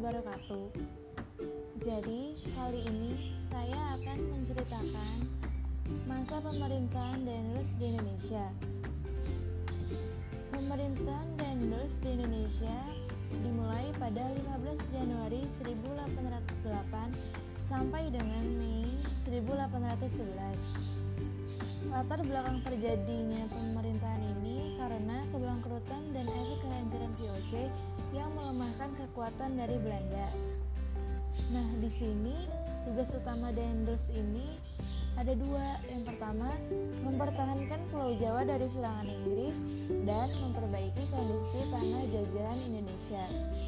wabarakatuh. Jadi, kali ini saya akan menceritakan masa pemerintahan Daendels di Indonesia. Pemerintahan Daendels di Indonesia dimulai pada 15 Januari 1808 sampai dengan Mei 1811. Latar belakang terjadinya pemerintahan ini karena kebangkrutan dan efek kehancuran VOC yang melemahkan kekuatan dari Belanda. Nah, di sini tugas utama Daendels ini ada dua. Yang pertama, mempertahankan Pulau Jawa dari serangan Inggris dan memperbaiki kondisi tanah jajahan Indonesia.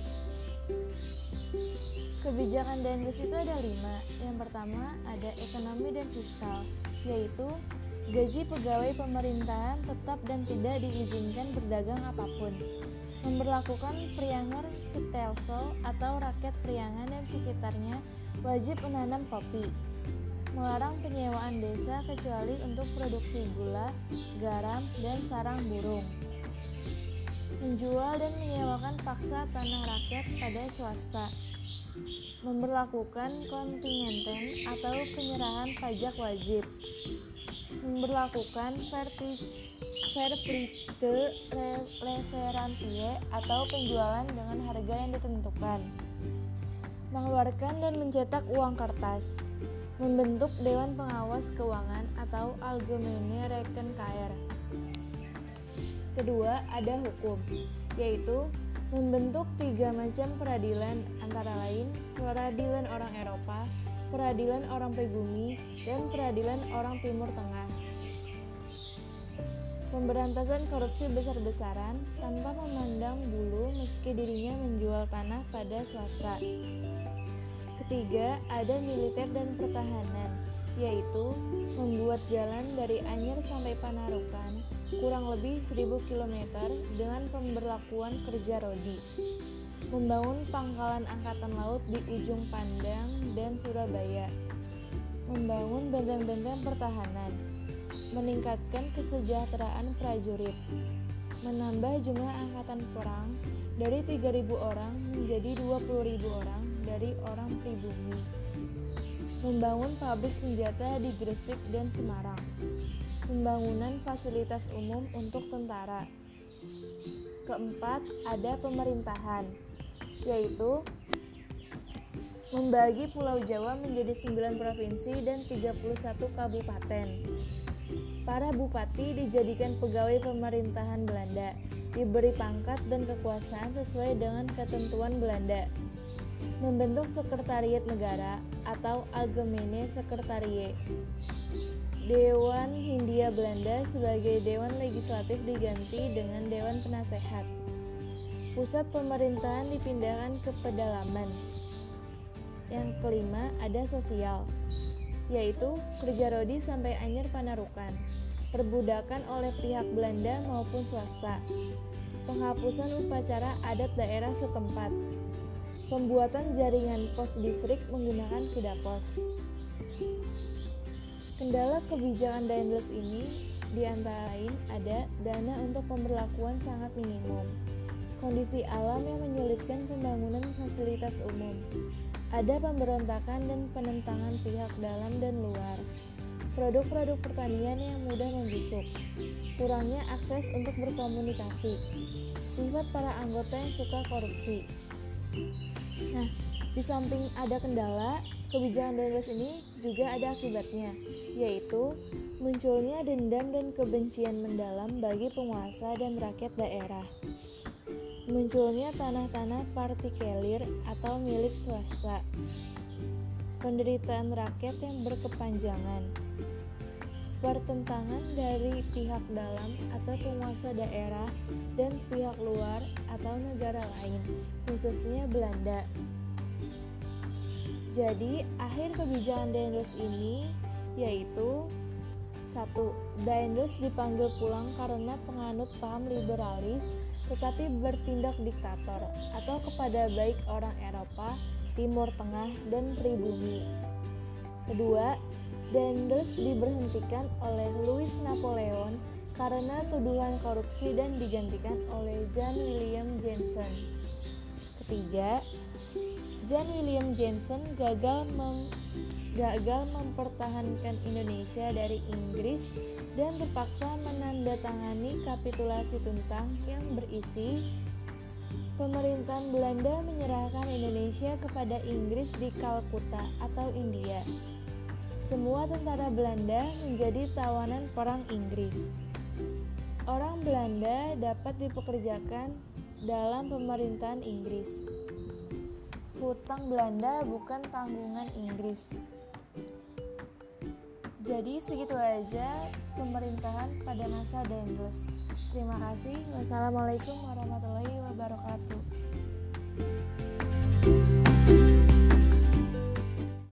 Kebijakan Daendels itu ada 5. Yang pertama ada ekonomi dan fiskal, yaitu gaji pegawai pemerintahan tetap dan tidak diizinkan berdagang apapun. Memberlakukan Prianger Setelsel atau rakyat Priangan dan sekitarnya wajib menanam kopi. Melarang penyewaan desa kecuali untuk produksi gula, garam, dan sarang burung. Menjual dan menyewakan paksa tanah rakyat pada swasta. Memberlakukan kontingenten atau penyerahan pajak wajib. Memberlakukan verplichte leverantie atau penjualan dengan harga yang ditentukan. Mengeluarkan dan mencetak uang kertas. Membentuk Dewan Pengawas Keuangan atau Algemene Rekenkaer. Kedua, ada hukum, yaitu membentuk 3 macam peradilan, antara lain peradilan orang Eropa, peradilan orang pribumi, dan peradilan orang Timur Tengah. Pemberantasan korupsi besar-besaran tanpa memandang bulu meski dirinya menjual tanah pada swasta. Ketiga, ada militer dan pertahanan, yaitu membuat jalan dari Anyer sampai Panarukan kurang lebih 1000 km dengan pemberlakuan kerja rodi. Membangun pangkalan angkatan laut di ujung Pandang dan Surabaya. Membangun benteng-benteng pertahanan. Meningkatkan kesejahteraan prajurit. Menambah jumlah angkatan perang dari 3.000 orang menjadi 20.000 orang dari orang pribumi. Membangun pabrik senjata di Gresik dan Semarang. Pembangunan fasilitas umum untuk tentara. Keempat, ada pemerintahan, yaitu membagi Pulau Jawa menjadi 9 provinsi dan 31 kabupaten. Para bupati dijadikan pegawai pemerintahan Belanda, diberi pangkat dan kekuasaan sesuai dengan ketentuan Belanda. Membentuk sekretariat negara atau Algemene Sekretariat. Dewan Hindia Belanda sebagai Dewan Legislatif diganti dengan Dewan Penasehat. Pusat pemerintahan dipindahkan ke pedalaman. Yang kelima, ada sosial, yaitu kerja rodi sampai Anyer Panarukan. Perbudakan oleh pihak Belanda maupun swasta. Penghapusan upacara adat daerah setempat. Pembuatan jaringan pos distrik menggunakan kuda pos. Kendala kebijakan Daendels ini diantara lain ada dana untuk pemberlakuan sangat minimum, kondisi alam yang menyulitkan pembangunan fasilitas umum, ada pemberontakan dan penentangan pihak dalam dan luar, produk-produk pertanian yang mudah membusuk, kurangnya akses untuk berkomunikasi, sifat para anggota yang suka korupsi. Nah, di samping ada kendala, kebijakan Daendels ini juga ada akibatnya, yaitu munculnya dendam dan kebencian mendalam bagi penguasa dan rakyat daerah. Munculnya tanah-tanah partikelir atau milik swasta. Penderitaan rakyat yang berkepanjangan. Pertentangan dari pihak dalam atau penguasa daerah dan pihak luar atau negara lain, khususnya Belanda. Jadi, akhir kebijakan Daendels ini yaitu 1. Daendels dipanggil pulang karena penganut paham liberalis tetapi bertindak diktator atau kepada baik orang Eropa, Timur Tengah, dan pribumi. Kedua, Daendels diberhentikan oleh Louis Napoleon karena tuduhan korupsi dan digantikan oleh Jan William Jensen. ketiga, John William Johnson gagal mempertahankan Indonesia dari Inggris dan terpaksa menandatangani kapitulasi Tuntang yang berisi pemerintahan Belanda menyerahkan Indonesia kepada Inggris di Kalkuta atau India. Semua tentara Belanda menjadi tawanan perang Inggris. Orang Belanda dapat dipekerjakan dalam pemerintahan Inggris. Hutang Belanda bukan tanggungan Inggris. Jadi segitu aja pemerintahan pada masa Dengles. Terima kasih. Wassalamualaikum warahmatullahi wabarakatuh.